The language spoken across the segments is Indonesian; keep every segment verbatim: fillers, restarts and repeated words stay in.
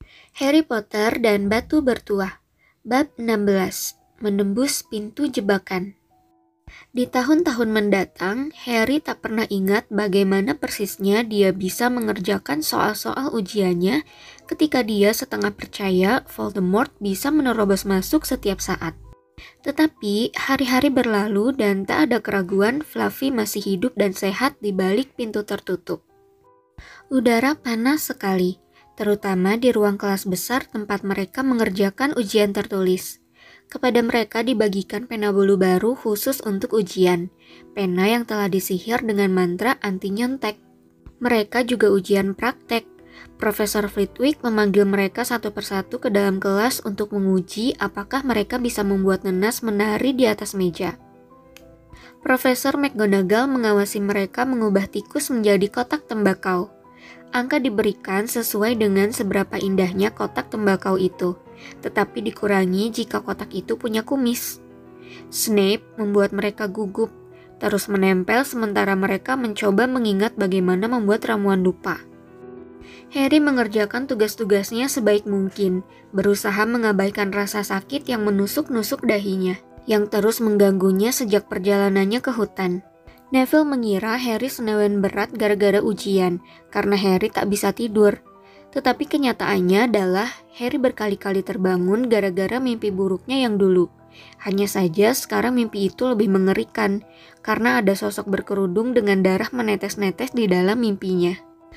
Harry Potter dan Batu Bertuah. Bab enam belas. Menembus pintu jebakan. Di tahun-tahun mendatang, Harry tak pernah ingat bagaimana persisnya dia bisa mengerjakan soal-soal ujiannya ketika dia setengah percaya Voldemort bisa menerobos masuk setiap saat. Tetapi hari-hari berlalu dan tak ada keraguan Fluffy masih hidup dan sehat di balik pintu tertutup. Udara panas sekali, terutama di ruang kelas besar tempat mereka mengerjakan ujian tertulis. Kepada mereka dibagikan pena bulu baru khusus untuk ujian, pena yang telah disihir dengan mantra anti nyontek. Mereka juga ujian praktek. Profesor Flitwick memanggil mereka satu persatu ke dalam kelas untuk menguji apakah mereka bisa membuat Nenas menari di atas meja. Profesor McGonagall mengawasi mereka mengubah tikus menjadi kotak tembakau. Angka diberikan sesuai dengan seberapa indahnya kotak tembakau itu, tetapi dikurangi jika kotak itu punya kumis. Snape membuat mereka gugup, terus menempel sementara mereka mencoba mengingat bagaimana membuat ramuan lupa. Harry mengerjakan tugas-tugasnya sebaik mungkin, berusaha mengabaikan rasa sakit yang menusuk-nusuk dahinya, yang terus mengganggunya sejak perjalanannya ke hutan. Neville mengira Harry senewen berat gara-gara ujian, karena Harry tak bisa tidur. Tetapi kenyataannya adalah Harry berkali-kali terbangun gara-gara mimpi buruknya yang dulu. Hanya saja sekarang mimpi itu lebih mengerikan, karena ada sosok berkerudung dengan darah menetes-netes di dalam mimpinya.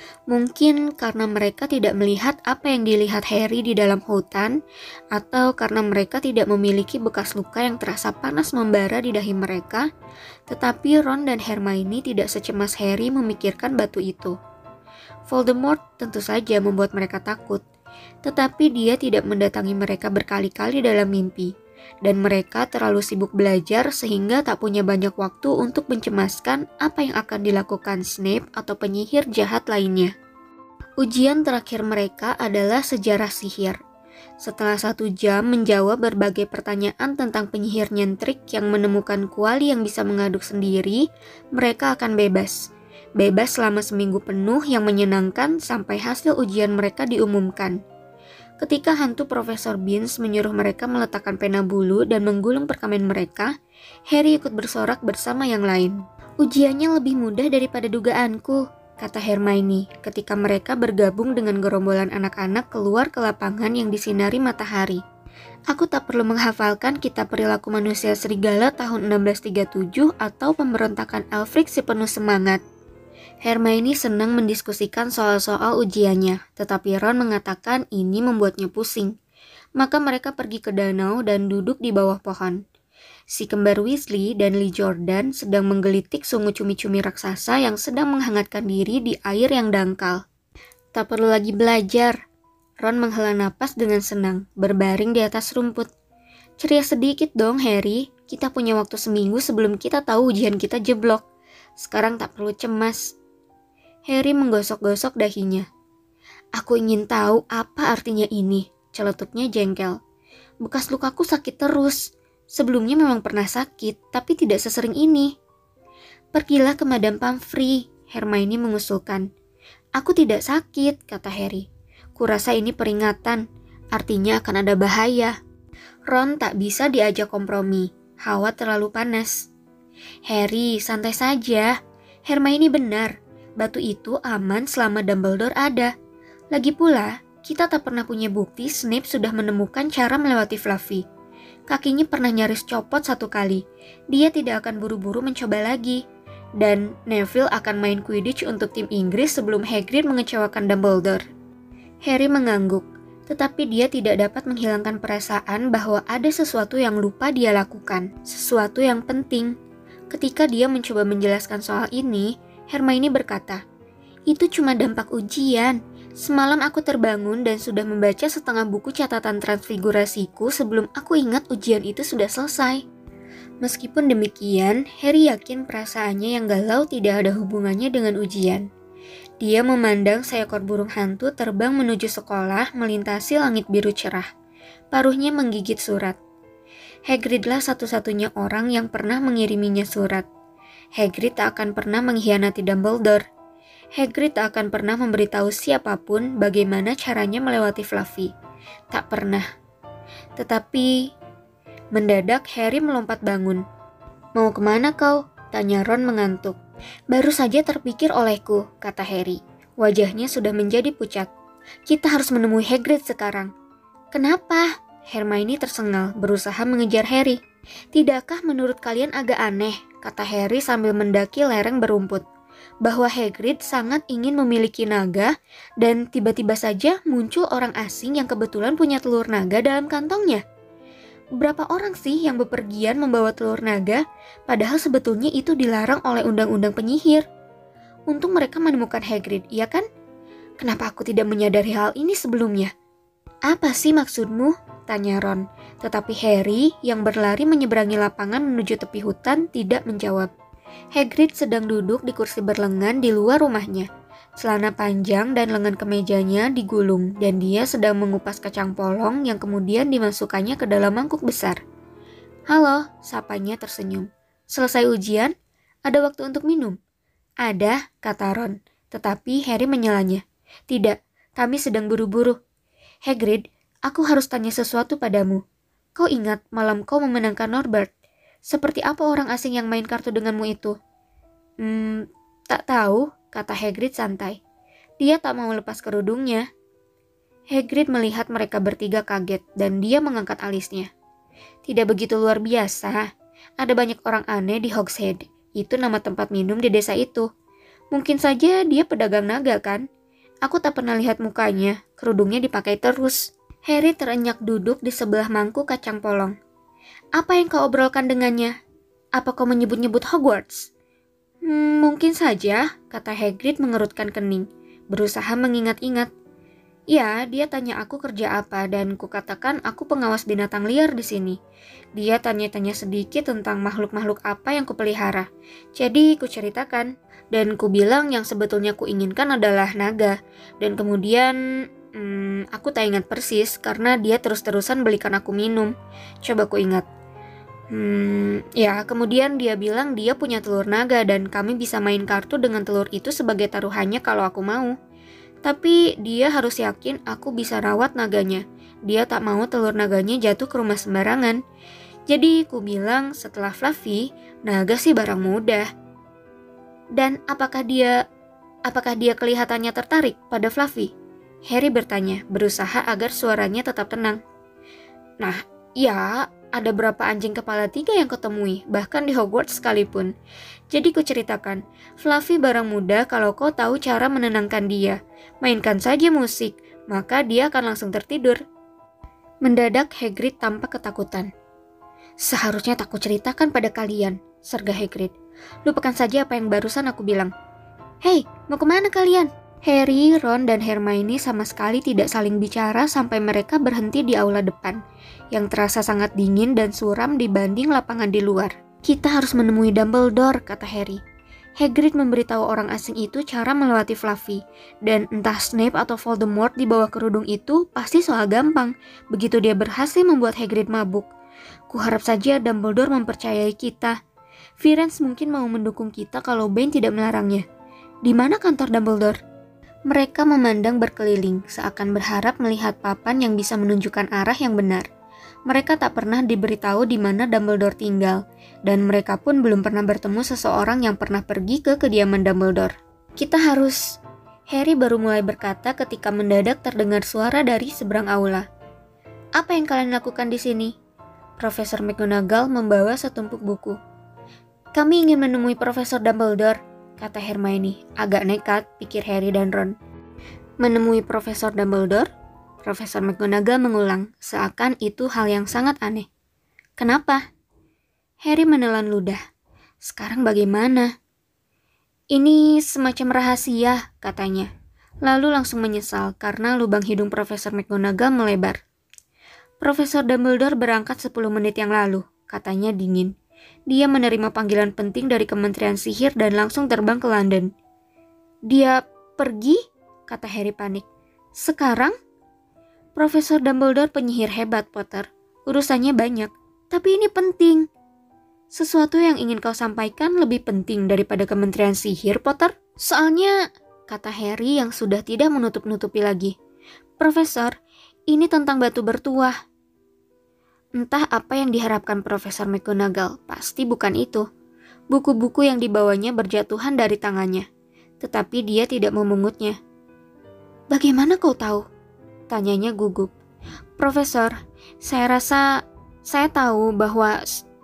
Mungkin karena mereka tidak melihat apa yang dilihat Harry di dalam hutan, atau karena mereka tidak memiliki bekas luka yang terasa panas membara di dahi mereka, tetapi Ron dan Hermione tidak secemas Harry memikirkan batu itu. Voldemort tentu saja membuat mereka takut, tetapi dia tidak mendatangi mereka berkali-kali dalam mimpi. Dan mereka terlalu sibuk belajar sehingga tak punya banyak waktu untuk mencemaskan apa yang akan dilakukan Snape atau penyihir jahat lainnya. Ujian terakhir mereka adalah sejarah sihir. Setelah satu jam menjawab berbagai pertanyaan tentang penyihir nyentrik yang menemukan kuali yang bisa mengaduk sendiri, mereka akan bebas. Bebas selama seminggu penuh yang menyenangkan sampai hasil ujian mereka diumumkan. Ketika hantu Profesor Binns menyuruh mereka meletakkan pena bulu dan menggulung perkamen mereka, Harry ikut bersorak bersama yang lain. Ujiannya lebih mudah daripada dugaanku, kata Hermione ketika mereka bergabung dengan gerombolan anak-anak keluar ke lapangan yang disinari matahari. Aku tak perlu menghafalkan kitab perilaku manusia serigala tahun enam belas tiga puluh tujuh atau pemberontakan Elfric si penuh semangat. Hermione senang mendiskusikan soal-soal ujiannya, tetapi Ron mengatakan ini membuatnya pusing. Maka mereka pergi ke danau dan duduk di bawah pohon. Si kembar Weasley dan Lee Jordan sedang menggelitik sungu cumi-cumi raksasa yang sedang menghangatkan diri di air yang dangkal. Tak perlu lagi belajar. Ron menghela napas dengan senang, berbaring di atas rumput. Ceria sedikit dong, Harry. Kita punya waktu seminggu sebelum kita tahu ujian kita jeblok. Sekarang tak perlu cemas. Harry menggosok-gosok dahinya. Aku ingin tahu apa artinya ini, celetuknya jengkel. Bekas lukaku sakit terus. Sebelumnya memang pernah sakit, tapi tidak sesering ini. Pergilah ke Madame Pomfrey, Hermione mengusulkan. Aku tidak sakit, kata Harry. Kurasa ini peringatan, artinya akan ada bahaya. Ron tak bisa diajak kompromi, hawa terlalu panas. Harry, santai saja. Hermione benar. Batu itu aman selama Dumbledore ada. Lagi pula, kita tak pernah punya bukti Snape sudah menemukan cara melewati Fluffy. Kakinya pernah nyaris copot satu kali. Dia tidak akan buru-buru mencoba lagi. Dan Neville akan main Quidditch untuk tim Inggris sebelum Hagrid mengecewakan Dumbledore. Harry mengangguk, tetapi dia tidak dapat menghilangkan perasaan bahwa ada sesuatu yang lupa dia lakukan. Sesuatu yang penting. Ketika dia mencoba menjelaskan soal ini, Hermione berkata, itu cuma dampak ujian. Semalam aku terbangun dan sudah membaca setengah buku catatan transfigurasiku sebelum aku ingat ujian itu sudah selesai. Meskipun demikian, Harry yakin perasaannya yang galau tidak ada hubungannya dengan ujian. Dia memandang seekor burung hantu terbang menuju sekolah melintasi langit biru cerah. Paruhnya menggigit surat. Hagridlah satu-satunya orang yang pernah mengiriminya surat. Hagrid tak akan pernah mengkhianati Dumbledore. Hagrid tak akan pernah memberitahu siapapun bagaimana caranya melewati Fluffy. Tak pernah. Tetapi mendadak Harry melompat bangun. "Mau kemana kau?" tanya Ron mengantuk. "Baru saja terpikir olehku," kata Harry. Wajahnya sudah menjadi pucat. "Kita harus menemui Hagrid sekarang." "Kenapa?" Hermione tersengal, berusaha mengejar Harry. "Tidakkah menurut kalian agak aneh," kata Harry sambil mendaki lereng berumput, "bahwa Hagrid sangat ingin memiliki naga dan tiba-tiba saja muncul orang asing yang kebetulan punya telur naga dalam kantongnya? Berapa orang sih yang bepergian membawa telur naga, padahal sebetulnya itu dilarang oleh undang-undang penyihir? Untung mereka menemukan Hagrid, iya kan? Kenapa aku tidak menyadari hal ini sebelumnya?" "Apa sih maksudmu?" tanya Ron. Tetapi Harry yang berlari menyeberangi lapangan menuju tepi hutan tidak menjawab. Hagrid sedang duduk di kursi berlengan di luar rumahnya. Celana panjang dan lengan kemejanya digulung dan dia sedang mengupas kacang polong yang kemudian dimasukkannya ke dalam mangkuk besar. "Halo," sapanya tersenyum. "Selesai ujian? Ada waktu untuk minum?" "Ada," kata Ron. Tetapi Harry menyalanya. "Tidak, kami sedang buru-buru." "Hagrid, aku harus tanya sesuatu padamu. Kau ingat malam kau memenangkan Norbert? Seperti apa orang asing yang main kartu denganmu itu?" Hmm, tak tahu," kata Hagrid santai. "Dia tak mau lepas kerudungnya." Hagrid melihat mereka bertiga kaget dan dia mengangkat alisnya. "Tidak begitu luar biasa. Ada banyak orang aneh di Hogshead. Itu nama tempat minum di desa itu. Mungkin saja dia pedagang naga kan? Aku tak pernah lihat mukanya, kerudungnya dipakai terus." Harry terenyak duduk di sebelah mangkuk kacang polong. "Apa yang kau obrolkan dengannya? Apa kau menyebut-nyebut Hogwarts?" Hmm, "mungkin saja," kata Hagrid mengerutkan kening, berusaha mengingat-ingat. "Ya, dia tanya aku kerja apa dan kukatakan aku pengawas binatang liar di sini. Dia tanya-tanya sedikit tentang makhluk-makhluk apa yang kupelihara. Jadi kuceritakan dan kubilang yang sebetulnya kuinginkan adalah naga. Dan kemudian Hmm, aku tak ingat persis karena dia terus-terusan belikan aku minum. Coba ku ingat. Hmm, ya kemudian dia bilang dia punya telur naga dan kami bisa main kartu dengan telur itu sebagai taruhannya kalau aku mau. Tapi dia harus yakin aku bisa rawat naganya. Dia tak mau telur naganya jatuh ke rumah sembarangan. Jadi ku bilang setelah Fluffy, naga sih barang mudah." "Dan apakah dia, apakah dia kelihatannya tertarik pada Fluffy?" Harry bertanya, berusaha agar suaranya tetap tenang. "Nah, ya, ada berapa anjing kepala tiga yang kutemui, bahkan di Hogwarts sekalipun. Jadi kuceritakan, Fluffy barang mudah kalau kau tahu cara menenangkan dia. Mainkan saja musik, maka dia akan langsung tertidur." Mendadak Hagrid tampak ketakutan. "Seharusnya tak kuceritakan pada kalian," serga Hagrid. "Lupakan saja apa yang barusan aku bilang." "Hei, mau kemana kalian?" Harry, Ron, dan Hermione sama sekali tidak saling bicara sampai mereka berhenti di aula depan, yang terasa sangat dingin dan suram dibanding lapangan di luar. "Kita harus menemui Dumbledore," kata Harry. Hagrid memberitahu orang asing itu cara melewati Fluffy, dan entah Snape atau Voldemort di bawah kerudung itu pasti soal gampang, begitu dia berhasil membuat Hagrid mabuk. Kuharap saja Dumbledore mempercayai kita. Firenze mungkin mau mendukung kita kalau Bane tidak melarangnya. Di mana kantor Dumbledore? Mereka memandang berkeliling, seakan berharap melihat papan yang bisa menunjukkan arah yang benar. Mereka tak pernah diberitahu di mana Dumbledore tinggal, dan mereka pun belum pernah bertemu seseorang yang pernah pergi ke kediaman Dumbledore. "Kita harus..." Harry baru mulai berkata ketika mendadak terdengar suara dari seberang aula. "Apa yang kalian lakukan di sini?" Profesor McGonagall membawa setumpuk buku. "Kami ingin menemui Profesor Dumbledore," kata Hermione. Agak nekat, pikir Harry dan Ron. "Menemui Profesor Dumbledore?" Profesor McGonagall mengulang, seakan itu hal yang sangat aneh. "Kenapa?" Harry menelan ludah. "Sekarang bagaimana?" "Ini semacam rahasia," katanya. Lalu langsung menyesal karena lubang hidung Profesor McGonagall melebar. "Profesor Dumbledore berangkat sepuluh menit yang lalu," katanya dingin. "Dia menerima panggilan penting dari Kementerian Sihir dan langsung terbang ke London." "Dia pergi?" kata Harry panik. "Sekarang?" "Profesor Dumbledore penyihir hebat, Potter. Urusannya banyak. Tapi ini penting." "Sesuatu yang ingin kau sampaikan lebih penting daripada Kementerian Sihir, Potter?" "Soalnya," kata Harry yang sudah tidak menutup-nutupi lagi. Profesor, ini tentang batu bertuah. Entah apa yang diharapkan Profesor McGonagall, pasti bukan itu. Buku-buku yang dibawanya berjatuhan dari tangannya, tetapi dia tidak memungutnya. Bagaimana kau tahu? Tanyanya gugup. Profesor, saya rasa saya tahu bahwa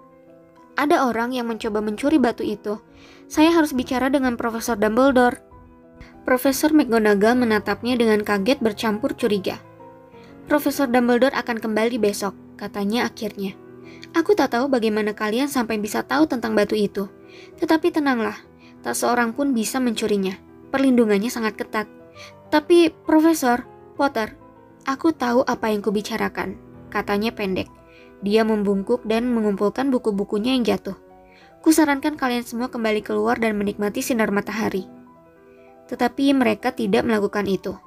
ada orang yang mencoba mencuri batu itu. Saya harus bicara dengan Profesor Dumbledore. Profesor McGonagall menatapnya dengan kaget bercampur curiga. Profesor Dumbledore akan kembali besok, katanya akhirnya. Aku tak tahu bagaimana kalian sampai bisa tahu tentang batu itu. Tetapi tenanglah, tak seorang pun bisa mencurinya. Perlindungannya sangat ketat. Tapi, Profesor Potter, aku tahu apa yang kubicarakan, katanya pendek. Dia membungkuk dan mengumpulkan buku-bukunya yang jatuh. Kusarankan kalian semua kembali keluar dan menikmati sinar matahari. Tetapi mereka tidak melakukan itu.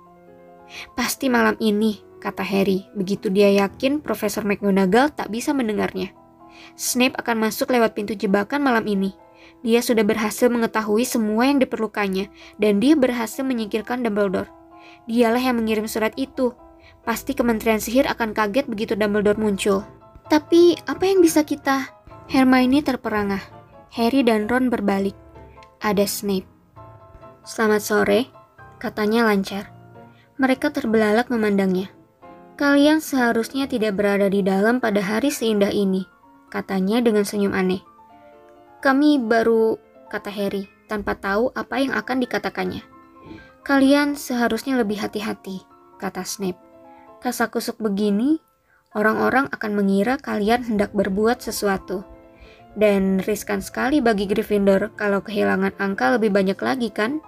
Pasti malam ini, kata Harry, begitu dia yakin Profesor McGonagall tak bisa mendengarnya. Snape akan masuk lewat pintu jebakan malam ini. Dia sudah berhasil mengetahui semua yang diperlukannya, dan dia berhasil menyingkirkan Dumbledore. Dialah yang mengirim surat itu. Pasti Kementerian Sihir akan kaget begitu Dumbledore muncul. Tapi apa yang bisa kita? Hermione terperangah. Harry dan Ron berbalik. Ada Snape. Selamat sore, katanya lancar. Mereka terbelalak memandangnya. Kalian seharusnya tidak berada di dalam pada hari seindah ini, katanya dengan senyum aneh. Kami baru, kata Harry, tanpa tahu apa yang akan dikatakannya. Kalian seharusnya lebih hati-hati, kata Snape. Kasakusuk begini, orang-orang akan mengira kalian hendak berbuat sesuatu. Dan riskan sekali bagi Gryffindor kalau kehilangan angka lebih banyak lagi kan?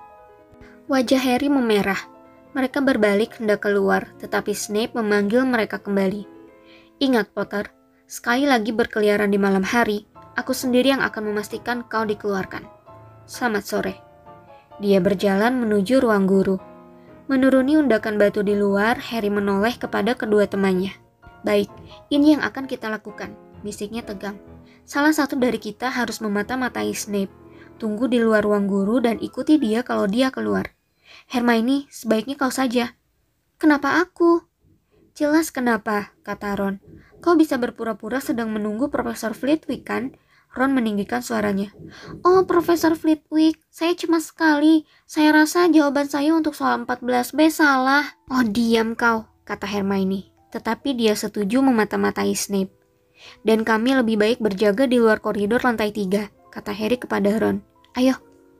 Wajah Harry memerah. Mereka berbalik hendak keluar, tetapi Snape memanggil mereka kembali. Ingat Potter, sekali lagi berkeliaran di malam hari, aku sendiri yang akan memastikan kau dikeluarkan. Selamat sore. Dia berjalan menuju ruang guru. Menuruni undakan batu di luar, Harry menoleh kepada kedua temannya. Baik, ini yang akan kita lakukan, bisiknya tegang. Salah satu dari kita harus memata-matai Snape. Tunggu di luar ruang guru dan ikuti dia kalau dia keluar. Hermione, sebaiknya kau saja. Kenapa aku? Jelas kenapa, kata Ron. Kau bisa berpura-pura sedang menunggu Profesor Flitwick kan? Ron meninggikan suaranya. Oh, Profesor Flitwick, saya cemas sekali. Saya rasa jawaban saya untuk soal empat belas B salah. Oh, diam kau, kata Hermione. Tetapi dia setuju memata-matai Snape. Dan kami lebih baik berjaga di luar koridor lantai tiga, kata Harry kepada Ron. Ayo.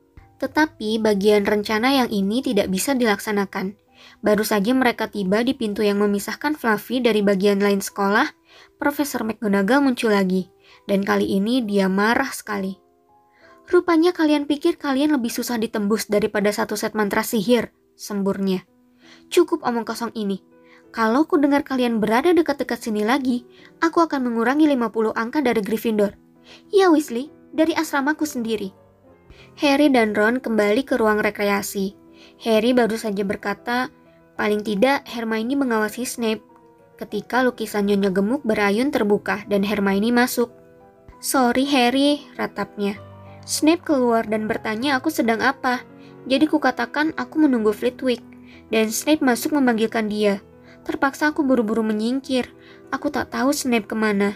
Tetapi bagian rencana yang ini tidak bisa dilaksanakan. Baru saja mereka tiba di pintu yang memisahkan Fluffy dari bagian lain sekolah, Profesor McGonagall muncul lagi. Dan kali ini dia marah sekali. Rupanya kalian pikir kalian lebih susah ditembus daripada satu set mantra sihir, semburnya. Cukup omong kosong ini. Kalau ku dengar kalian berada dekat-dekat sini lagi, aku akan mengurangi lima puluh angka dari Gryffindor. Ya Weasley, dari asramaku sendiri. Harry dan Ron kembali ke ruang rekreasi. Harry baru saja berkata, paling tidak Hermione mengawasi Snape. Ketika lukisan Nyonya Gemuk berayun terbuka dan Hermione masuk. Sorry Harry, ratapnya. Snape keluar dan bertanya aku sedang apa. Jadi kukatakan aku menunggu Flitwick. Dan Snape masuk memanggilkan dia. Terpaksa aku buru-buru menyingkir. Aku tak tahu Snape kemana.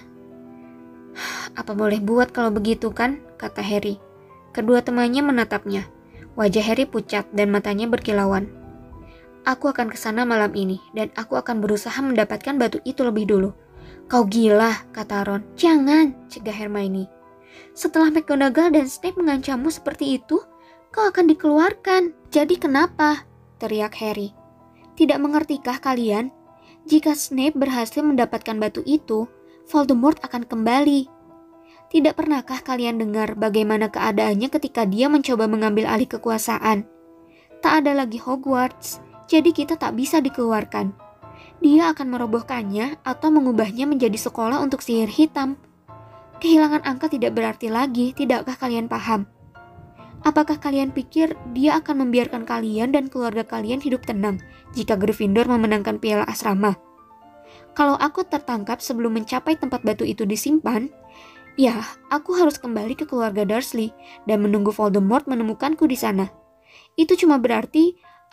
Apa boleh buat kalau begitu kan? Kata Harry. Kedua temannya menatapnya. Wajah Harry pucat dan matanya berkilauan. Aku akan ke sana malam ini dan aku akan berusaha mendapatkan batu itu lebih dulu. Kau gila, kata Ron. Jangan, cegah Hermione. Setelah McGonagall dan Snape mengancammu seperti itu, kau akan dikeluarkan. Jadi kenapa? Teriak Harry. Tidak mengertikah kalian? Jika Snape berhasil mendapatkan batu itu, Voldemort akan kembali. Tidak pernahkah kalian dengar bagaimana keadaannya ketika dia mencoba mengambil alih kekuasaan? Tak ada lagi Hogwarts, jadi kita tak bisa dikeluarkan. Dia akan merobohkannya atau mengubahnya menjadi sekolah untuk sihir hitam. Kehilangan angka tidak berarti lagi, tidakkah kalian paham? Apakah kalian pikir dia akan membiarkan kalian dan keluarga kalian hidup tenang jika Gryffindor memenangkan piala asrama? Kalau aku tertangkap sebelum mencapai tempat batu itu disimpan, ya, aku harus kembali ke keluarga Dursley dan menunggu Voldemort menemukanku di sana. Itu cuma berarti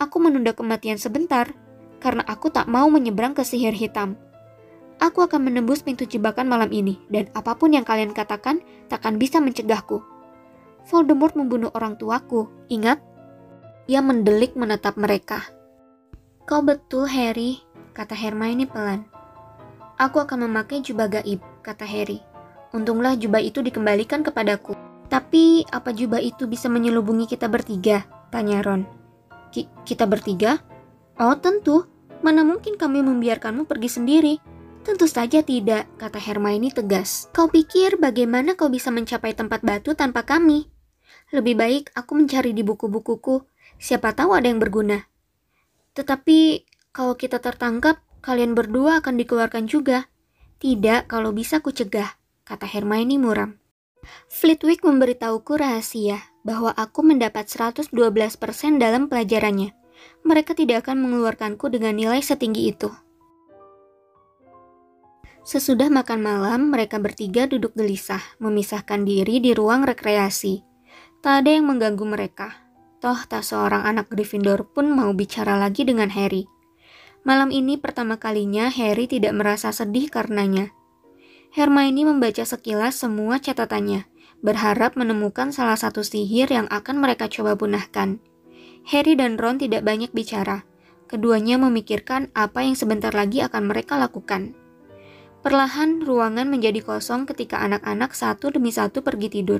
Aku menunda kematian sebentar, karena aku tak mau menyeberang ke sihir hitam. Aku akan menembus pintu jebakan malam ini, dan apapun yang kalian katakan takkan bisa mencegahku. Voldemort membunuh orang tuaku, ingat? Ia mendelik menatap mereka. Kau betul, Harry, kata Hermione pelan. Aku akan memakai jubah gaib, kata Harry. Untunglah jubah itu dikembalikan kepadaku. Tapi apa jubah itu bisa menyelubungi kita bertiga? Tanya Ron. Ki- kita bertiga? Oh tentu, mana mungkin kami membiarkanmu pergi sendiri? Tentu saja tidak, kata Hermione tegas. Kau pikir bagaimana kau bisa mencapai tempat batu tanpa kami? Lebih baik aku mencari di buku-bukuku, siapa tahu ada yang berguna. Tetapi kalau kita tertangkap, kalian berdua akan dikeluarkan juga. Tidak, kalau bisa ku cegah, kata Hermione muram. Flitwick memberitahuku rahasia bahwa aku mendapat seratus dua belas persen dalam pelajarannya. Mereka tidak akan mengeluarkanku dengan nilai setinggi itu. Sesudah makan malam, mereka bertiga duduk gelisah, memisahkan diri di ruang rekreasi. Tak ada yang mengganggu mereka. Toh tak seorang anak Gryffindor pun mau bicara lagi dengan Harry. Malam ini pertama kalinya Harry tidak merasa sedih karenanya. Hermione membaca sekilas semua catatannya, berharap menemukan salah satu sihir yang akan mereka coba punahkan. Harry dan Ron tidak banyak bicara. Keduanya memikirkan apa yang sebentar lagi akan mereka lakukan. Perlahan ruangan menjadi kosong ketika anak-anak satu demi satu pergi tidur.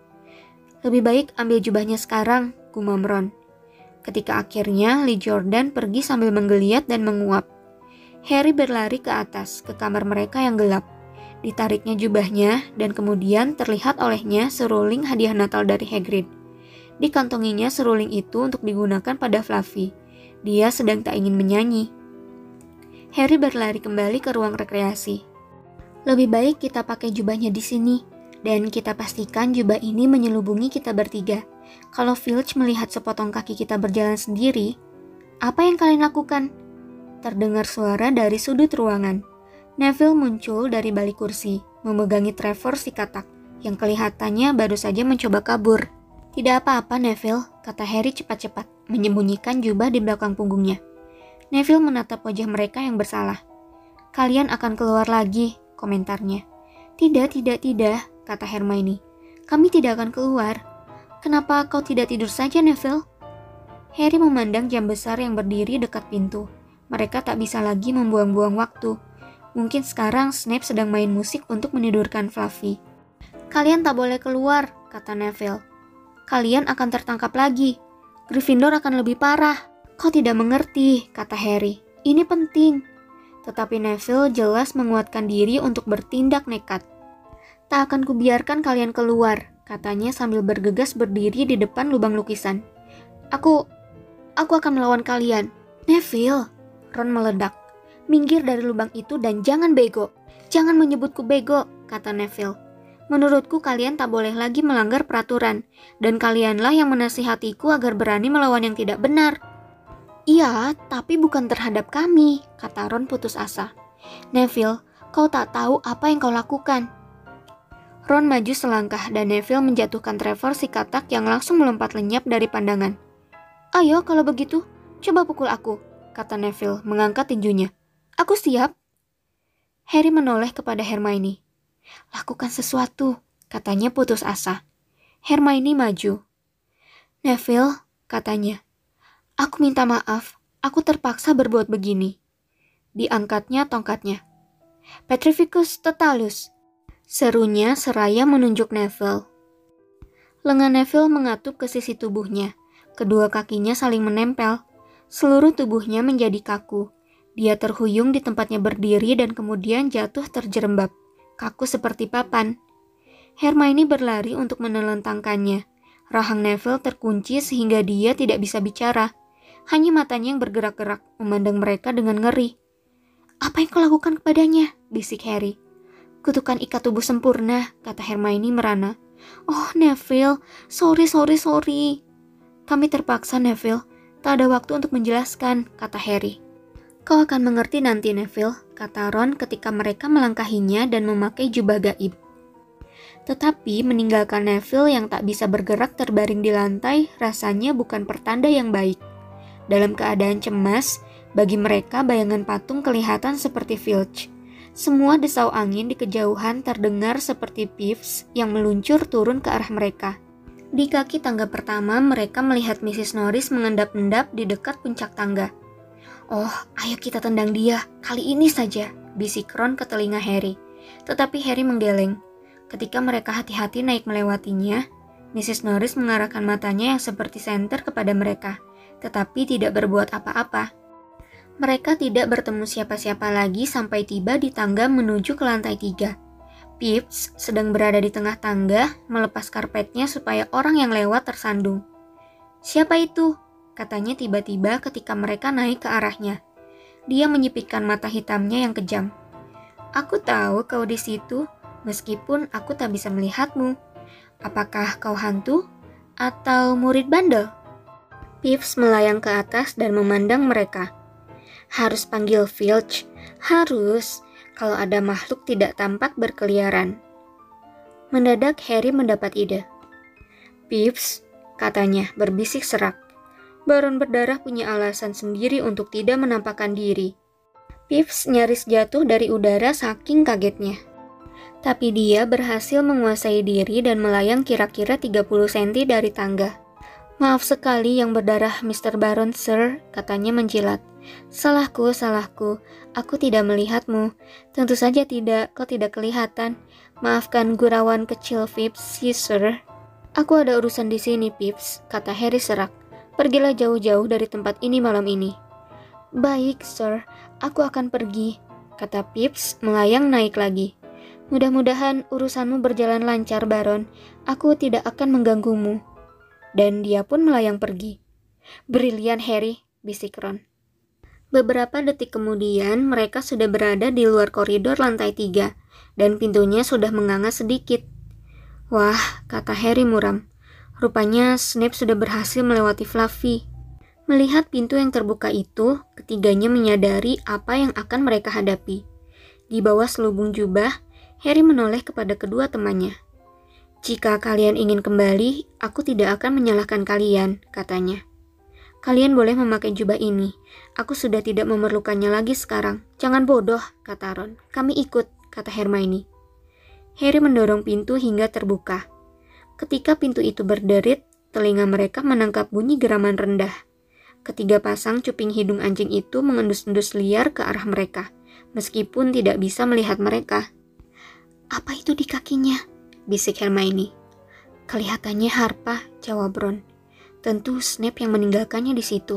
Lebih baik ambil jubahnya sekarang, gumam Ron. Ketika akhirnya Lee Jordan pergi sambil menggeliat dan menguap. Harry berlari ke atas, ke kamar mereka yang gelap. Ditariknya jubahnya dan kemudian terlihat olehnya seruling hadiah Natal dari Hagrid. Dikantonginya seruling itu untuk digunakan pada Fluffy. Dia sedang tak ingin menyanyi. Harry berlari kembali ke ruang rekreasi. Lebih baik kita pakai jubahnya di sini, dan kita pastikan jubah ini menyelubungi kita bertiga. Kalau Filch melihat sepotong kaki kita berjalan sendiri, apa yang kalian lakukan? Terdengar suara dari sudut ruangan. Neville muncul dari balik kursi, memegangi Trevor si katak, yang kelihatannya baru saja mencoba kabur. Tidak apa-apa Neville, kata Harry cepat-cepat, menyembunyikan jubah di belakang punggungnya. Neville menatap wajah mereka yang bersalah. Kalian akan keluar lagi, komentarnya. Tidak, tidak, tidak, kata Hermione. Kami tidak akan keluar. Kenapa kau tidak tidur saja, Neville? Harry memandang jam besar yang berdiri dekat pintu. Mereka tak bisa lagi membuang-buang waktu. Mungkin sekarang Snape sedang main musik untuk menidurkan Fluffy. Kalian tak boleh keluar, kata Neville. Kalian akan tertangkap lagi. Gryffindor akan lebih parah. Kau tidak mengerti, kata Harry. Ini penting. Tetapi Neville jelas menguatkan diri untuk bertindak nekat. Tak akan kubiarkan kalian keluar, katanya sambil bergegas berdiri di depan lubang lukisan. Aku, aku akan melawan kalian. Neville, Ron meledak. Minggir dari lubang itu dan jangan bego. Jangan menyebutku bego, kata Neville. Menurutku kalian tak boleh lagi melanggar peraturan, dan kalianlah yang menasihatiku agar berani melawan yang tidak benar. Iya, tapi bukan terhadap kami, kata Ron putus asa. Neville, kau tak tahu apa yang kau lakukan. Ron maju selangkah dan Neville menjatuhkan Trevor si katak yang langsung melompat lenyap dari pandangan. Ayo kalau begitu, coba pukul aku, kata Neville mengangkat tinjunya. Aku siap. Harry menoleh kepada Hermione. Lakukan sesuatu, katanya putus asa. Hermione maju. Neville, katanya. Aku minta maaf, aku terpaksa berbuat begini. Diangkatnya tongkatnya. Petrificus totalus, serunya seraya menunjuk Neville. Lengan Neville mengatup ke sisi tubuhnya. Kedua kakinya saling menempel. Seluruh tubuhnya menjadi kaku. Dia terhuyung di tempatnya berdiri dan kemudian jatuh terjerembab, kaku seperti papan. Hermione berlari untuk menelentangkannya. Rahang Neville terkunci sehingga dia tidak bisa bicara. Hanya matanya yang bergerak-gerak, memandang mereka dengan ngeri. Apa yang kau lakukan kepadanya? Bisik Harry. Kutukan ikat tubuh sempurna, kata Hermione merana. Oh Neville, sorry, sorry, sorry. Kami terpaksa Neville, tak ada waktu untuk menjelaskan, kata Harry. Kau akan mengerti nanti Neville, kata Ron ketika mereka melangkahinya dan memakai jubah gaib. Tetapi meninggalkan Neville yang tak bisa bergerak terbaring di lantai rasanya bukan pertanda yang baik. Dalam keadaan cemas, bagi mereka bayangan patung kelihatan seperti Filch. Semua desau angin di kejauhan terdengar seperti Peeves yang meluncur turun ke arah mereka. Di kaki tangga pertama, mereka melihat missus Norris mengendap-endap di dekat puncak tangga. "Oh, ayo kita tendang dia, kali ini saja," bisik Ron ke telinga Harry. Tetapi Harry menggeleng. Ketika mereka hati-hati naik melewatinya, missus Norris mengarahkan matanya yang seperti senter kepada mereka, tetapi tidak berbuat apa-apa. Mereka tidak bertemu siapa-siapa lagi sampai tiba di tangga menuju ke lantai tiga. Peeves sedang berada di tengah tangga, melepas karpetnya supaya orang yang lewat tersandung. "Siapa itu?" katanya tiba-tiba ketika mereka naik ke arahnya. Dia menyipitkan mata hitamnya yang kejam. "Aku tahu kau di situ, meskipun aku tak bisa melihatmu. Apakah kau hantu atau murid bandel?" Peeves melayang ke atas dan memandang mereka. "Harus panggil Filch, harus, kalau ada makhluk tidak tampak berkeliaran." Mendadak Harry mendapat ide. "Peeves," katanya berbisik serak, "Baron Berdarah punya alasan sendiri untuk tidak menampakkan diri." Peeves nyaris jatuh dari udara saking kagetnya. Tapi dia berhasil menguasai diri dan melayang kira-kira tiga puluh sentimeter dari tangga. "Maaf sekali yang berdarah, mister Baron, Sir," katanya menjilat. "Salahku, salahku. Aku tidak melihatmu. Tentu saja tidak, kau tidak kelihatan. Maafkan gurauan kecil Peeves, Sir." "Aku ada urusan di sini, Peeves," kata Harry serak. "Pergilah jauh-jauh dari tempat ini malam ini." "Baik, Sir. Aku akan pergi," kata Peeves melayang naik lagi. "Mudah-mudahan urusanmu berjalan lancar, Baron. Aku tidak akan mengganggumu." Dan dia pun melayang pergi. "Brilian, Harry," bisik Ron. Beberapa detik kemudian, mereka sudah berada di luar koridor lantai tiga, dan pintunya sudah menganga sedikit. "Wah," kata Harry muram. "Rupanya Snape sudah berhasil melewati Fluffy." Melihat pintu yang terbuka itu, ketiganya menyadari apa yang akan mereka hadapi. Di bawah selubung jubah, Harry menoleh kepada kedua temannya. "Jika kalian ingin kembali, aku tidak akan menyalahkan kalian," katanya. "Kalian boleh memakai jubah ini. Aku sudah tidak memerlukannya lagi sekarang." "Jangan bodoh," kata Ron. "Kami ikut," kata Hermione. Harry mendorong pintu hingga terbuka. Ketika pintu itu berderit, telinga mereka menangkap bunyi geraman rendah. Ketiga pasang cuping hidung anjing itu mengendus-endus liar ke arah mereka, meskipun tidak bisa melihat mereka. "Apa itu di kakinya?" bisik Hermione. "Kelihatannya harpa," jawab Ron. "Tentu Snape yang meninggalkannya di situ."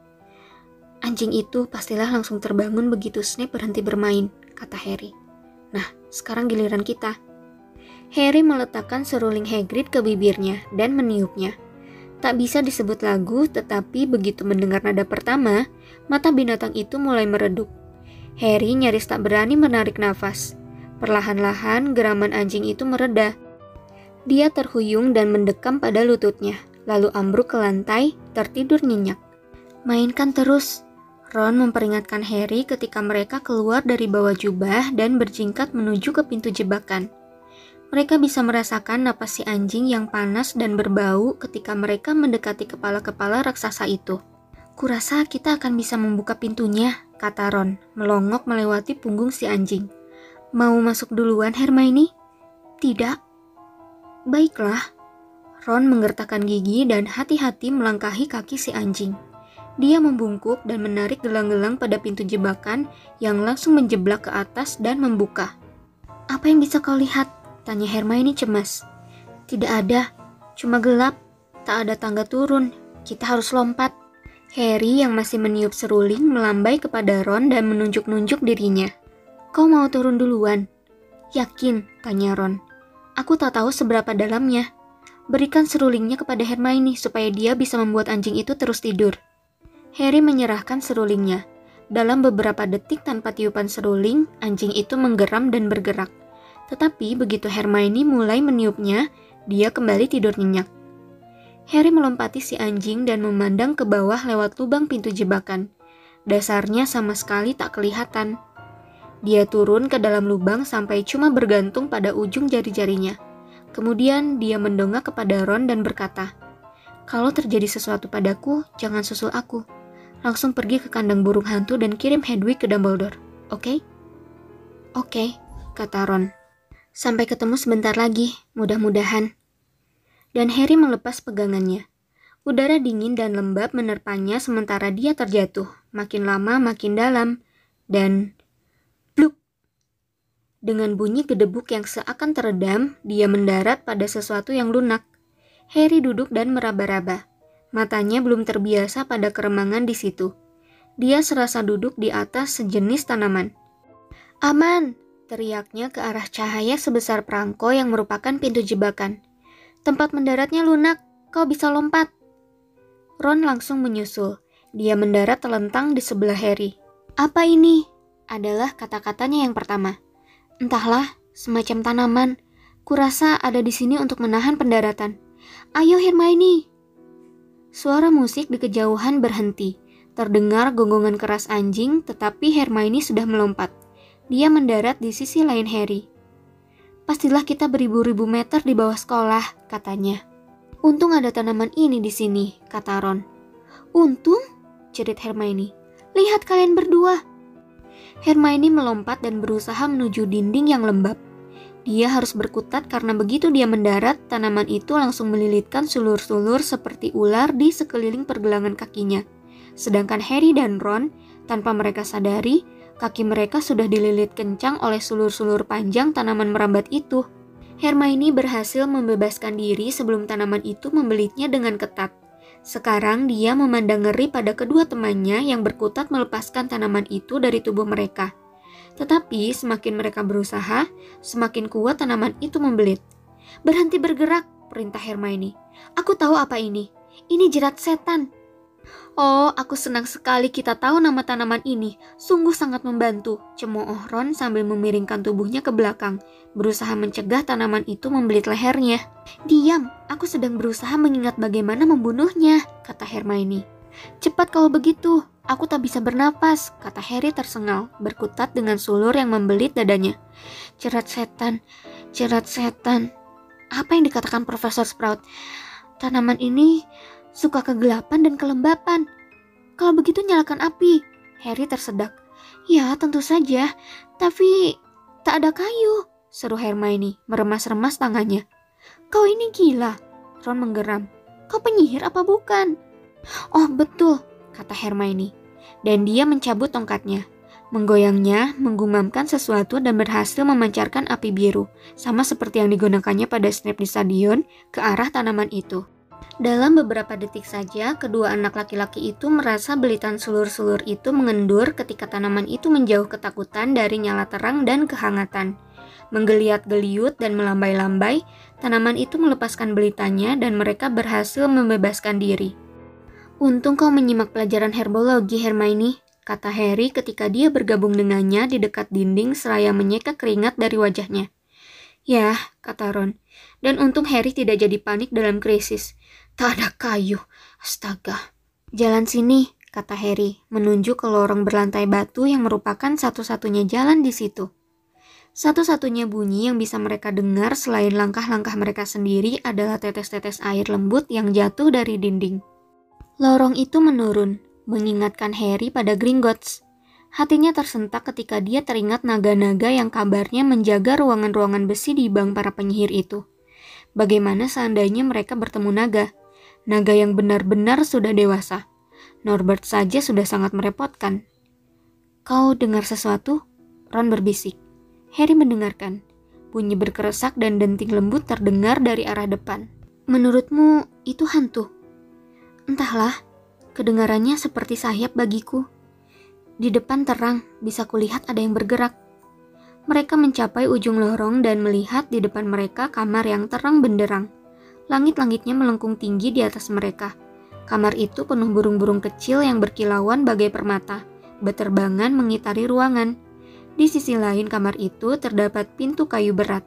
"Anjing itu pastilah langsung terbangun begitu Snape berhenti bermain," kata Harry. "Nah, sekarang giliran kita." Harry meletakkan seruling Hagrid ke bibirnya dan meniupnya. Tak bisa disebut lagu, tetapi begitu mendengar nada pertama, mata binatang itu mulai meredup. Harry nyaris tak berani menarik nafas. Perlahan-lahan geraman anjing itu mereda. Dia terhuyung dan mendekam pada lututnya, lalu ambruk ke lantai, tertidur nyenyak. "Mainkan terus," Ron memperingatkan Harry ketika mereka keluar dari bawah jubah dan berjingkat menuju ke pintu jebakan. Mereka bisa merasakan napas si anjing yang panas dan berbau ketika mereka mendekati kepala-kepala raksasa itu. "Kurasa kita akan bisa membuka pintunya," kata Ron, melongok melewati punggung si anjing. "Mau masuk duluan, Hermione?" "Tidak." "Baiklah." Ron menggertakkan gigi dan hati-hati melangkahi kaki si anjing. Dia membungkuk dan menarik gelang-gelang pada pintu jebakan yang langsung menjeblak ke atas dan membuka. "Apa yang bisa kau lihat?" tanya Hermione cemas. "Tidak ada, cuma gelap, tak ada tangga turun, kita harus lompat." Harry yang masih meniup seruling melambai kepada Ron dan menunjuk-nunjuk dirinya. "Kau mau turun duluan?" "Yakin?" tanya Ron. "Aku tak tahu seberapa dalamnya." "Berikan serulingnya kepada Hermione supaya dia bisa membuat anjing itu terus tidur." Harry menyerahkan serulingnya. Dalam beberapa detik tanpa tiupan seruling, anjing itu menggeram dan bergerak. Tetapi begitu Hermione mulai meniupnya, dia kembali tidur nyenyak. Harry melompati si anjing dan memandang ke bawah lewat lubang pintu jebakan. Dasarnya sama sekali tak kelihatan. Dia turun ke dalam lubang sampai cuma bergantung pada ujung jari-jarinya. Kemudian dia mendongak kepada Ron dan berkata, "Kalau terjadi sesuatu padaku, jangan susul aku. Langsung pergi ke kandang burung hantu dan kirim Hedwig ke Dumbledore. Oke? Okay? Oke, okay, kata Ron. Sampai ketemu sebentar lagi, mudah-mudahan. Dan Harry melepas pegangannya. Udara dingin dan lembab menerpanya sementara dia terjatuh, makin lama makin dalam, dan bluk. Dengan bunyi gedebuk yang seakan teredam, dia mendarat pada sesuatu yang lunak. Harry duduk dan meraba-raba. Matanya belum terbiasa pada keremangan di situ. Dia serasa duduk di atas sejenis tanaman. Aman, teriaknya ke arah cahaya sebesar perangko yang merupakan pintu jebakan. Tempat mendaratnya lunak, kau bisa lompat. Ron langsung menyusul. Dia mendarat telentang di sebelah Harry. Apa ini? Adalah kata-katanya yang pertama. Entahlah, semacam tanaman. Kurasa ada di sini untuk menahan pendaratan. Ayo Hermione. Suara musik di kejauhan berhenti. Terdengar gonggongan keras anjing, tetapi Hermione sudah melompat. Dia mendarat di sisi lain Harry. Pastilah kita beribu-ribu meter di bawah sekolah, katanya. Untung ada tanaman ini di sini, kata Ron. Untung? Jerit Hermione. Lihat kalian berdua. Hermione melompat dan berusaha menuju dinding yang lembab. Dia harus berkutat karena begitu dia mendarat, tanaman itu langsung melilitkan sulur-sulur seperti ular di sekeliling pergelangan kakinya. Sedangkan Harry dan Ron, tanpa mereka sadari, kaki mereka sudah dililit kencang oleh sulur-sulur panjang tanaman merambat itu. Hermione berhasil membebaskan diri sebelum tanaman itu membelitnya dengan ketat. Sekarang dia memandang ngeri pada kedua temannya yang berkutat melepaskan tanaman itu dari tubuh mereka. Tetapi semakin mereka berusaha, semakin kuat tanaman itu membelit. Berhenti bergerak, perintah Hermione. Aku tahu apa ini. Ini jerat setan. Oh, aku senang sekali kita tahu nama tanaman ini. Sungguh sangat membantu, cemooh Ron sambil memiringkan tubuhnya ke belakang, berusaha mencegah tanaman itu membelit lehernya. Diam, aku sedang berusaha mengingat bagaimana membunuhnya, kata Hermione. Cepat kalau begitu, aku tak bisa bernapas, kata Harry tersengal, berkutat dengan sulur yang membelit dadanya. Jerat setan, jerat setan. Apa yang dikatakan Profesor Sprout? Tanaman ini suka kegelapan dan kelembapan. Kalau begitu nyalakan api. Harry tersedak. Ya, tentu saja. Tapi tak ada kayu, seru Hermione, meremas-remas tangannya. Kau ini gila, Ron menggeram. Kau penyihir apa bukan? Oh betul, kata Hermione. Dan dia mencabut tongkatnya. Menggoyangnya, menggumamkan sesuatu dan berhasil memancarkan api biru, sama seperti yang digunakannya pada Snape di stadion, ke arah tanaman itu. Dalam beberapa detik saja, kedua anak laki-laki itu merasa belitan sulur-sulur itu mengendur ketika tanaman itu menjauh ketakutan dari nyala terang dan kehangatan. Menggeliat-geliut dan melambai-lambai, tanaman itu melepaskan belitannya dan mereka berhasil membebaskan diri. Untung kau menyimak pelajaran herbologi, Hermione, kata Harry ketika dia bergabung dengannya di dekat dinding seraya menyeka keringat dari wajahnya. Ya, kata Ron, dan untung Harry tidak jadi panik dalam krisis. Tak ada kayu, astaga. Jalan sini, kata Harry, menunjuk ke lorong berlantai batu yang merupakan satu-satunya jalan di situ. Satu-satunya bunyi yang bisa mereka dengar selain langkah-langkah mereka sendiri adalah tetes-tetes air lembut yang jatuh dari dinding. Lorong itu menurun, mengingatkan Harry pada Gringotts. Hatinya tersentak ketika dia teringat naga-naga yang kabarnya menjaga ruangan-ruangan besi di bank para penyihir itu. Bagaimana seandainya mereka bertemu naga? Naga yang benar-benar sudah dewasa. Norbert saja sudah sangat merepotkan. Kau dengar sesuatu? Ron berbisik. Harry mendengarkan. Bunyi berkeresak dan denting lembut terdengar dari arah depan. Menurutmu itu hantu? Entahlah, kedengarannya seperti sayap bagiku. Di depan terang, bisa kulihat ada yang bergerak. Mereka mencapai ujung lorong dan melihat di depan mereka kamar yang terang benderang. Langit-langitnya melengkung tinggi di atas mereka. Kamar itu penuh burung-burung kecil yang berkilauan bagai permata, berterbangan mengitari ruangan. Di sisi lain kamar itu terdapat pintu kayu berat.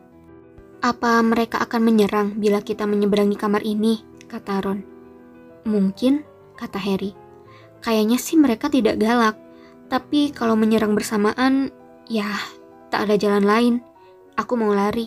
Apa mereka akan menyerang bila kita menyeberangi kamar ini? Kata Ron. Mungkin, kata Harry. Kayaknya sih mereka tidak galak. Tapi kalau menyerang bersamaan, ya tak ada jalan lain. Aku mau lari.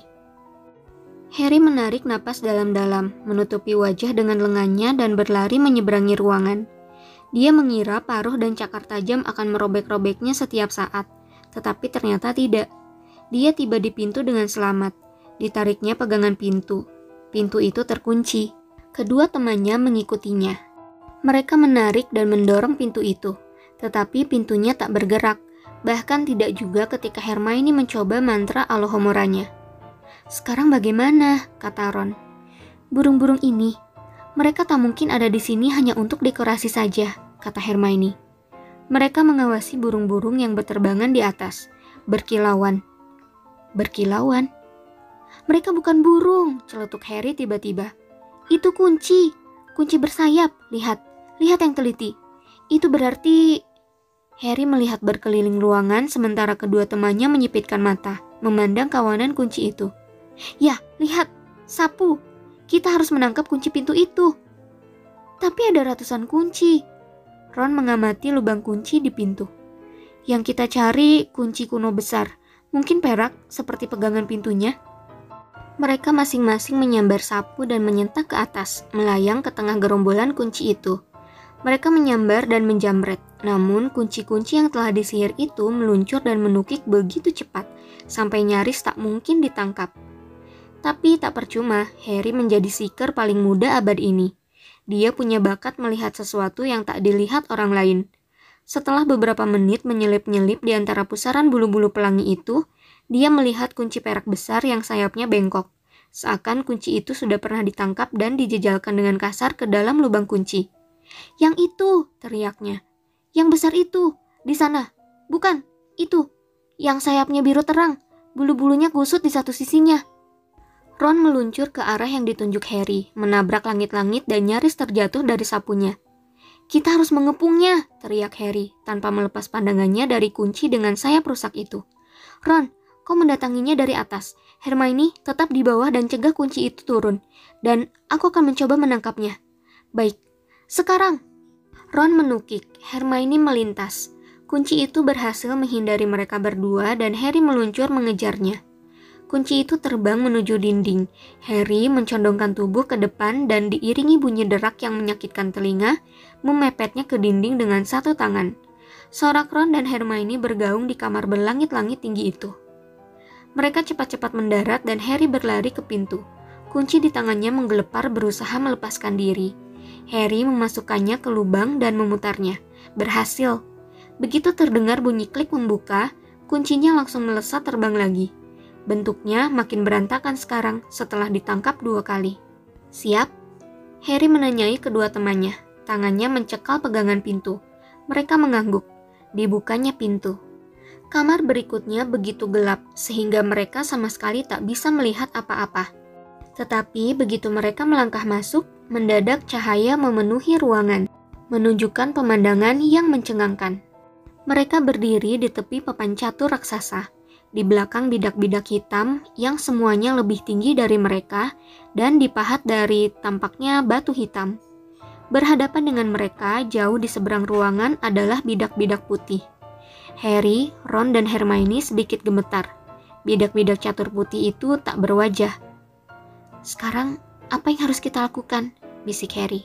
Harry menarik napas dalam-dalam, menutupi wajah dengan lengannya dan berlari menyeberangi ruangan. Dia mengira paruh dan cakar tajam akan merobek-robeknya setiap saat, tetapi ternyata tidak. Dia tiba di pintu dengan selamat. Ditariknya pegangan pintu. Pintu itu terkunci. Kedua temannya mengikutinya. Mereka menarik dan mendorong pintu itu, tetapi pintunya tak bergerak, bahkan tidak juga ketika Hermione mencoba mantra Alohomoranya. "Sekarang bagaimana?" kata Ron. "Burung-burung ini, mereka tak mungkin ada di sini hanya untuk dekorasi saja," kata Hermione. Mereka mengawasi burung-burung yang berterbangan di atas, berkilauan. Berkilauan? "Mereka bukan burung," celetuk Harry tiba-tiba. "Itu kunci, kunci bersayap, lihat, lihat yang teliti. Itu berarti..." Harry melihat berkeliling ruangan sementara kedua temannya menyipitkan mata, memandang kawanan kunci itu. "Ya, lihat, sapu. Kita harus menangkap kunci pintu itu." "Tapi ada ratusan kunci." Ron mengamati lubang kunci di pintu. "Yang kita cari kunci kuno besar, mungkin perak seperti pegangan pintunya." Mereka masing-masing menyambar sapu dan menyentak ke atas, melayang ke tengah gerombolan kunci itu. Mereka menyambar dan menjamret, namun kunci-kunci yang telah disihir itu meluncur dan menukik begitu cepat, sampai nyaris tak mungkin ditangkap. Tapi tak percuma, Harry menjadi seeker paling muda abad ini. Dia punya bakat melihat sesuatu yang tak dilihat orang lain. Setelah beberapa menit menyelip-nyelip di antara pusaran bulu-bulu pelangi itu, dia melihat kunci perak besar yang sayapnya bengkok. Seakan kunci itu sudah pernah ditangkap dan dijejalkan dengan kasar ke dalam lubang kunci. "Yang itu!" teriaknya. "Yang besar itu! Di sana! Bukan! Itu! Yang sayapnya biru terang! Bulu-bulunya kusut di satu sisinya!" Ron meluncur ke arah yang ditunjuk Harry, menabrak langit-langit dan nyaris terjatuh dari sapunya. "Kita harus mengepungnya!" teriak Harry, tanpa melepas pandangannya dari kunci dengan sayap rusak itu. "Ron, kau mendatanginya dari atas. Hermione, tetap di bawah dan cegah kunci itu turun. Dan aku akan mencoba menangkapnya." "Baik, sekarang!" Ron menukik, Hermione melintas. Kunci itu berhasil menghindari mereka berdua dan Harry meluncur mengejarnya. Kunci itu terbang menuju dinding. Harry mencondongkan tubuh ke depan dan diiringi bunyi derak yang menyakitkan telinga, memepetnya ke dinding dengan satu tangan. Sorak Ron dan Hermione bergaung di kamar berlangit-langit tinggi itu. Mereka cepat-cepat mendarat dan Harry berlari ke pintu. Kunci di tangannya menggelepar berusaha melepaskan diri. Harry memasukkannya ke lubang dan memutarnya. Berhasil. Begitu terdengar bunyi klik membuka, kuncinya langsung melesat terbang lagi. Bentuknya makin berantakan sekarang setelah ditangkap dua kali. "Siap?" Harry menanyai kedua temannya. Tangannya mencekal pegangan pintu. Mereka mengangguk. Dibukanya pintu. Kamar berikutnya begitu gelap sehingga mereka sama sekali tak bisa melihat apa-apa. Tetapi begitu mereka melangkah masuk, mendadak cahaya memenuhi ruangan, menunjukkan pemandangan yang mencengangkan. Mereka berdiri di tepi papan catur raksasa. Di belakang bidak-bidak hitam yang semuanya lebih tinggi dari mereka dan dipahat dari tampaknya batu hitam. Berhadapan dengan mereka, jauh di seberang ruangan adalah bidak-bidak putih. Harry, Ron, dan Hermione sedikit gemetar. Bidak-bidak catur putih itu tak berwajah. "Sekarang, apa yang harus kita lakukan?" bisik Harry.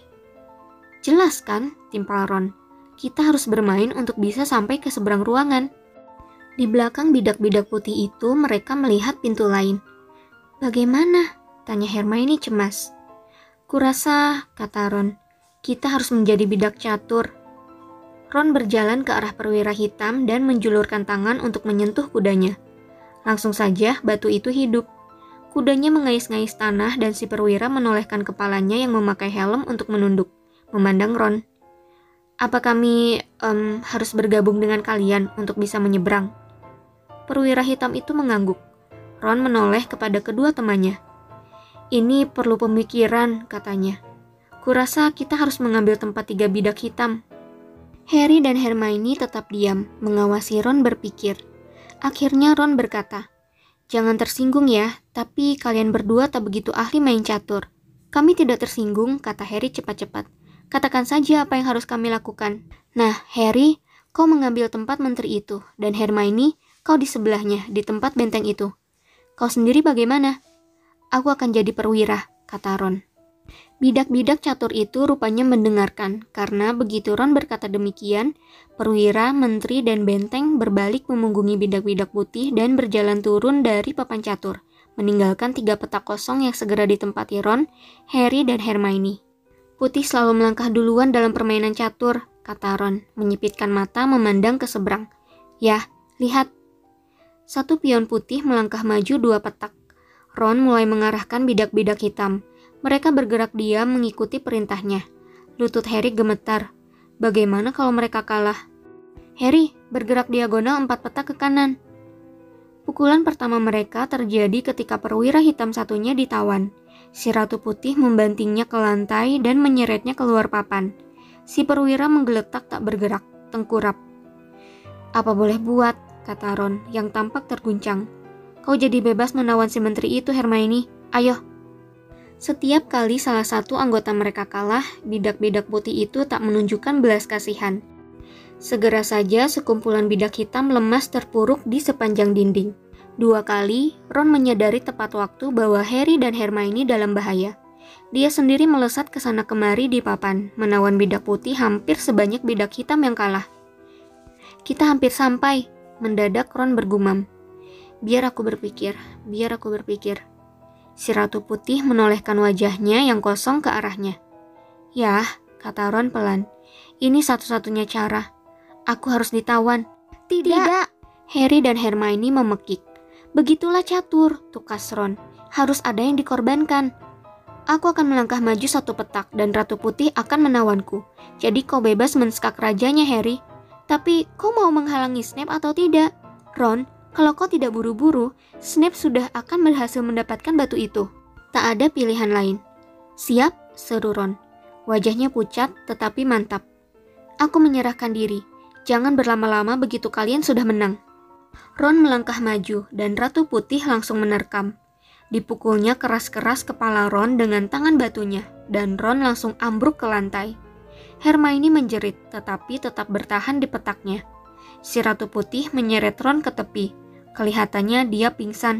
"Jelas kan?" timpal Ron. "Kita harus bermain untuk bisa sampai ke seberang ruangan." Di belakang bidak-bidak putih itu mereka melihat pintu lain. "Bagaimana?" tanya Hermione cemas. "Kurasa," kata Ron, "kita harus menjadi bidak catur." Ron berjalan ke arah perwira hitam dan menjulurkan tangan untuk menyentuh kudanya. Langsung saja batu itu hidup. Kudanya mengais-ngais tanah dan si perwira menolehkan kepalanya yang memakai helm untuk menunduk, memandang Ron. "Apa kami um, harus bergabung dengan kalian untuk bisa menyeberang?" Perwira hitam itu mengangguk. Ron menoleh kepada kedua temannya. "Ini perlu pemikiran," katanya. "Kurasa kita harus mengambil tempat tiga bidak hitam." Harry dan Hermione tetap diam, mengawasi Ron berpikir. Akhirnya Ron berkata, "Jangan tersinggung ya, tapi kalian berdua tak begitu ahli main catur." "Kami tidak tersinggung," kata Harry cepat-cepat. "Katakan saja apa yang harus kami lakukan." "Nah, Harry, kau mengambil tempat menteri itu, dan Hermione, kau di sebelahnya, di tempat benteng itu. Kau sendiri bagaimana?" "Aku akan jadi perwira," kata Ron. Bidak-bidak catur itu rupanya mendengarkan, karena begitu Ron berkata demikian, perwira, menteri, dan benteng berbalik memunggungi bidak-bidak putih dan berjalan turun dari papan catur, meninggalkan tiga petak kosong yang segera ditempati Ron, Harry, dan Hermione. Putih selalu melangkah duluan dalam permainan catur, kata Ron, menyipitkan mata memandang ke seberang. Yah, lihat. Satu pion putih melangkah maju dua petak. Ron mulai mengarahkan bidak-bidak hitam. Mereka bergerak diam mengikuti perintahnya. Lutut Harry gemetar. Bagaimana kalau mereka kalah? Harry, bergerak diagonal empat petak ke kanan. Pukulan pertama mereka terjadi ketika perwira hitam satunya ditawan. Si Ratu Putih membantingnya ke lantai dan menyeretnya keluar papan. Si perwira menggeletak tak bergerak, tengkurap. Apa boleh buat, kata Ron yang tampak terguncang. Kau jadi bebas menawan si menteri itu, Hermione. Ayo. Setiap kali salah satu anggota mereka kalah, bidak-bidak putih itu tak menunjukkan belas kasihan. Segera saja sekumpulan bidak hitam lemas terpuruk di sepanjang dinding. Dua kali, Ron menyadari tepat waktu bahwa Harry dan Hermione dalam bahaya. Dia sendiri melesat ke sana kemari di papan, menawan bidak putih hampir sebanyak bidak hitam yang kalah. Kita hampir sampai, mendadak Ron bergumam. Biar aku berpikir, biar aku berpikir. Si Ratu Putih menolehkan wajahnya yang kosong ke arahnya. Yah, kata Ron pelan, ini satu-satunya cara. Aku harus ditawan. Tidak. Tidak. Harry dan Hermione memekik. Begitulah catur, tukas Ron. Harus ada yang dikorbankan. Aku akan melangkah maju satu petak dan Ratu Putih akan menawanku. Jadi kau bebas menskak rajanya, Harry. Tapi kau mau menghalangi Snape atau tidak? Ron, kalau kau tidak buru-buru, Snape sudah akan berhasil mendapatkan batu itu. Tak ada pilihan lain. Siap, seru Ron. Wajahnya pucat tetapi mantap. Aku menyerahkan diri. Jangan berlama-lama begitu kalian sudah menang. Ron melangkah maju dan Ratu Putih langsung menerkam. Dipukulnya keras-keras kepala Ron dengan tangan batunya dan Ron langsung ambruk ke lantai. Hermione menjerit tetapi tetap bertahan di petaknya. Si Ratu Putih menyeret Ron ke tepi. Kelihatannya dia pingsan.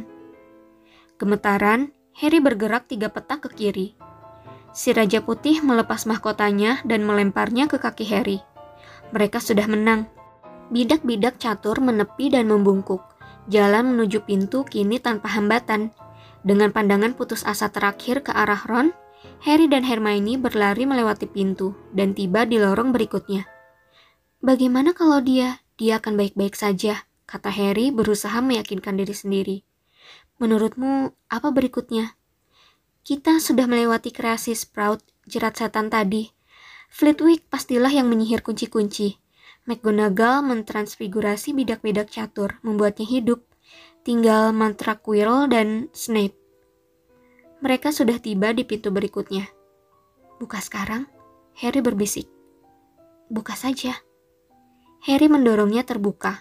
Gemetaran, Harry bergerak tiga petak ke kiri. Si Raja Putih melepas mahkotanya dan melemparnya ke kaki Harry. Mereka sudah menang. Bidak-bidak catur menepi dan membungkuk. Jalan menuju pintu kini tanpa hambatan. Dengan pandangan putus asa terakhir ke arah Ron, Harry dan Hermione berlari melewati pintu dan tiba di lorong berikutnya. Bagaimana kalau dia? Dia akan baik-baik saja, kata Harry berusaha meyakinkan diri sendiri. Menurutmu, apa berikutnya? Kita sudah melewati kreasi Sprout, jerat setan tadi. Flitwick pastilah yang menyihir kunci-kunci. McGonagall mentransfigurasi bidak-bidak catur, membuatnya hidup. Tinggal mantra Quirrell dan Snape. Mereka sudah tiba di pintu berikutnya. Buka sekarang, Harry berbisik. Buka saja. Harry mendorongnya terbuka.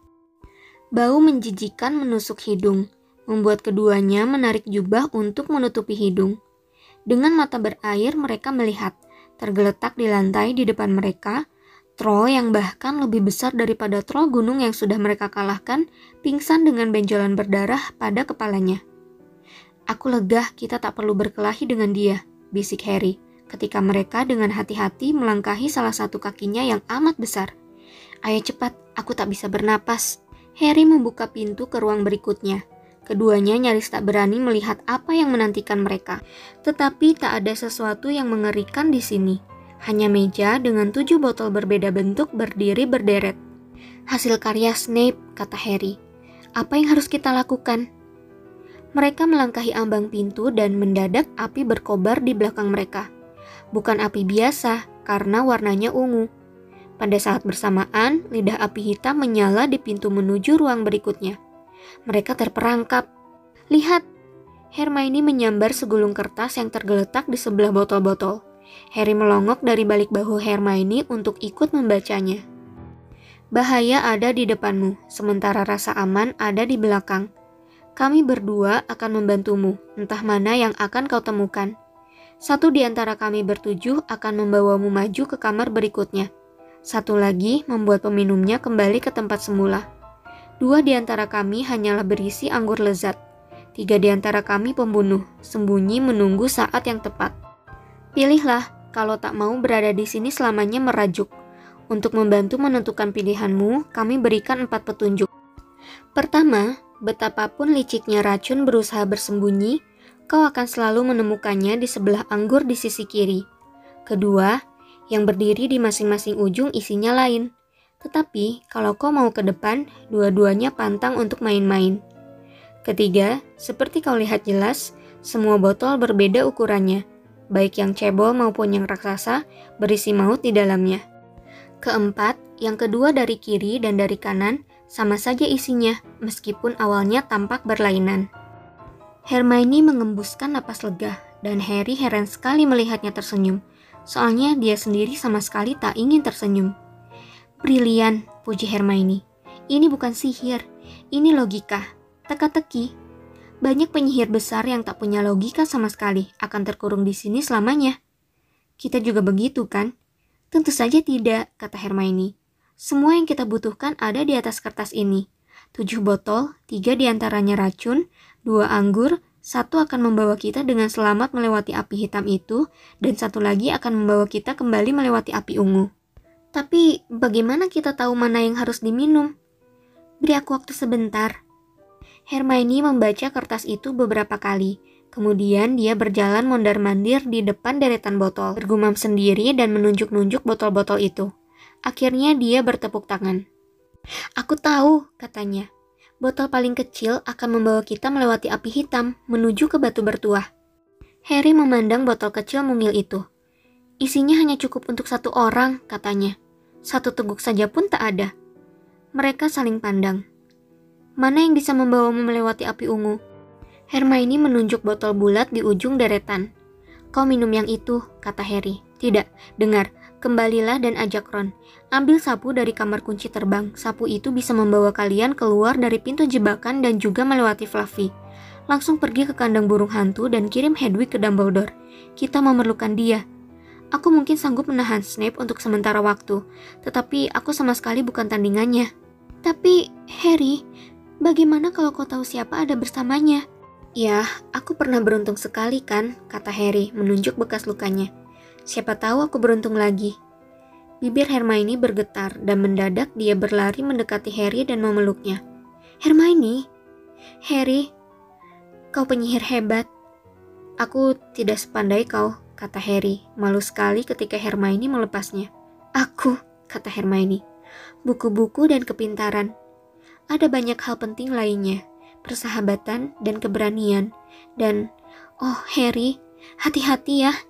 Bau menjijikan menusuk hidung, membuat keduanya menarik jubah untuk menutupi hidung. Dengan mata berair mereka melihat, tergeletak di lantai di depan mereka, troll yang bahkan lebih besar daripada troll gunung yang sudah mereka kalahkan, pingsan dengan benjolan berdarah pada kepalanya. Aku lega kita tak perlu berkelahi dengan dia, bisik Harry, ketika mereka dengan hati-hati melangkahi salah satu kakinya yang amat besar. Ayo cepat, aku tak bisa bernapas. Harry membuka pintu ke ruang berikutnya. Keduanya nyaris tak berani melihat apa yang menantikan mereka. Tetapi tak ada sesuatu yang mengerikan di sini. Hanya meja dengan tujuh botol berbeda bentuk berdiri berderet. Hasil karya Snape, kata Harry. Apa yang harus kita lakukan? Mereka melangkahi ambang pintu dan mendadak api berkobar di belakang mereka. Bukan api biasa, karena warnanya ungu. Pada saat bersamaan, lidah api hitam menyala di pintu menuju ruang berikutnya. Mereka terperangkap. Lihat, Hermione menyambar segulung kertas yang tergeletak di sebelah botol-botol. Harry melongok dari balik bahu Hermione untuk ikut membacanya. Bahaya ada di depanmu, sementara rasa aman ada di belakang. Kami berdua akan membantumu, entah mana yang akan kau temukan. Satu di antara kami bertujuh akan membawamu maju ke kamar berikutnya. Satu lagi membuat peminumnya kembali ke tempat semula. Dua di antara kami hanyalah berisi anggur lezat. Tiga di antara kami pembunuh, sembunyi menunggu saat yang tepat. Pilihlah kalau tak mau berada di sini selamanya merajuk. Untuk membantu menentukan pilihanmu, kami berikan empat petunjuk. Pertama, betapapun liciknya racun berusaha bersembunyi, kau akan selalu menemukannya di sebelah anggur di sisi kiri. Kedua, yang berdiri di masing-masing ujung isinya lain. Tetapi, kalau kau mau ke depan, dua-duanya pantang untuk main-main. Ketiga, seperti kau lihat jelas, semua botol berbeda ukurannya, baik yang cebol maupun yang raksasa, berisi maut di dalamnya. Keempat, yang kedua dari kiri dan dari kanan, sama saja isinya, meskipun awalnya tampak berlainan. Hermione mengembuskan napas lega, dan Harry heran sekali melihatnya tersenyum. Soalnya dia sendiri sama sekali tak ingin tersenyum. Brilian, puji Hermione. Ini bukan sihir, ini logika, teka-teki. Banyak penyihir besar yang tak punya logika sama sekali akan terkurung di sini selamanya. Kita juga begitu kan? Tentu saja tidak, kata Hermione. Semua yang kita butuhkan ada di atas kertas ini. Tujuh botol, tiga diantaranya racun, dua anggur, satu akan membawa kita dengan selamat melewati api hitam itu, dan satu lagi akan membawa kita kembali melewati api ungu. Tapi bagaimana kita tahu mana yang harus diminum? Beri aku waktu sebentar. Hermione membaca kertas itu beberapa kali. Kemudian dia berjalan mondar-mandir di depan deretan botol, bergumam sendiri dan menunjuk-nunjuk botol-botol itu. Akhirnya dia bertepuk tangan. Aku tahu, katanya. Botol paling kecil akan membawa kita melewati api hitam, menuju ke batu bertuah. Harry memandang botol kecil mungil itu. Isinya hanya cukup untuk satu orang, katanya. Satu teguk saja pun tak ada. Mereka saling pandang. Mana yang bisa membawamu melewati api ungu? Hermione menunjuk botol bulat di ujung deretan. Kau minum yang itu, kata Harry. Tidak, dengar, kembalilah dan ajak Ron. Ambil sapu dari kamar kunci terbang. Sapu itu bisa membawa kalian keluar dari pintu jebakan dan juga melewati Fluffy. Langsung pergi ke kandang burung hantu dan kirim Hedwig ke Dumbledore. Kita memerlukan dia. Aku mungkin sanggup menahan Snape untuk sementara waktu, tetapi aku sama sekali bukan tandingannya. Tapi, Harry, bagaimana kalau kau tahu siapa ada bersamanya? Ya, aku pernah beruntung sekali kan, kata Harry menunjuk bekas lukanya. Siapa tahu aku beruntung lagi. Bibir Hermione bergetar dan mendadak dia berlari mendekati Harry dan memeluknya. Hermione, Harry, kau penyihir hebat. Aku tidak sepandai kau, kata Harry, malu sekali ketika Hermione melepasnya. Aku, kata Hermione, buku-buku dan kepintaran. Ada banyak hal penting lainnya. Persahabatan dan keberanian, dan, oh Harry, hati-hati ya.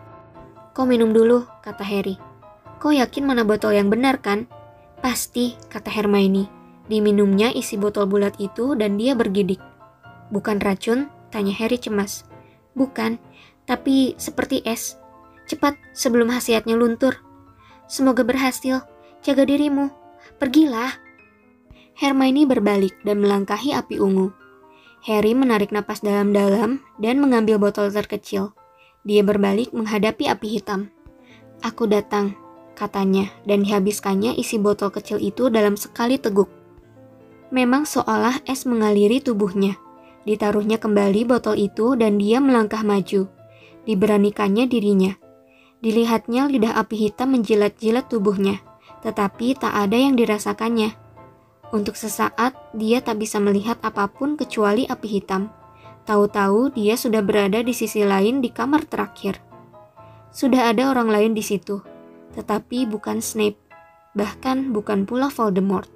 Kau minum dulu, kata Harry. Kau yakin mana botol yang benar kan? Pasti, kata Hermione. Diminumnya isi botol bulat itu dan dia bergidik. Bukan racun? Tanya Harry cemas. Bukan, tapi seperti es. Cepat, sebelum khasiatnya luntur. Semoga berhasil, jaga dirimu, pergilah. Hermione berbalik dan melangkahi api ungu. Harry menarik napas dalam-dalam dan mengambil botol terkecil. Dia berbalik menghadapi api hitam. Aku datang, katanya, dan dihabiskannya isi botol kecil itu dalam sekali teguk. Memang seolah es mengaliri tubuhnya. Ditaruhnya kembali botol itu dan dia melangkah maju. Diberanikannya dirinya. Dilihatnya lidah api hitam menjilat-jilat tubuhnya, tetapi tak ada yang dirasakannya. Untuk sesaat, dia tak bisa melihat apapun kecuali api hitam. Tahu-tahu dia sudah berada di sisi lain di kamar terakhir. Sudah ada orang lain di situ, tetapi bukan Snape, bahkan bukan pula Voldemort.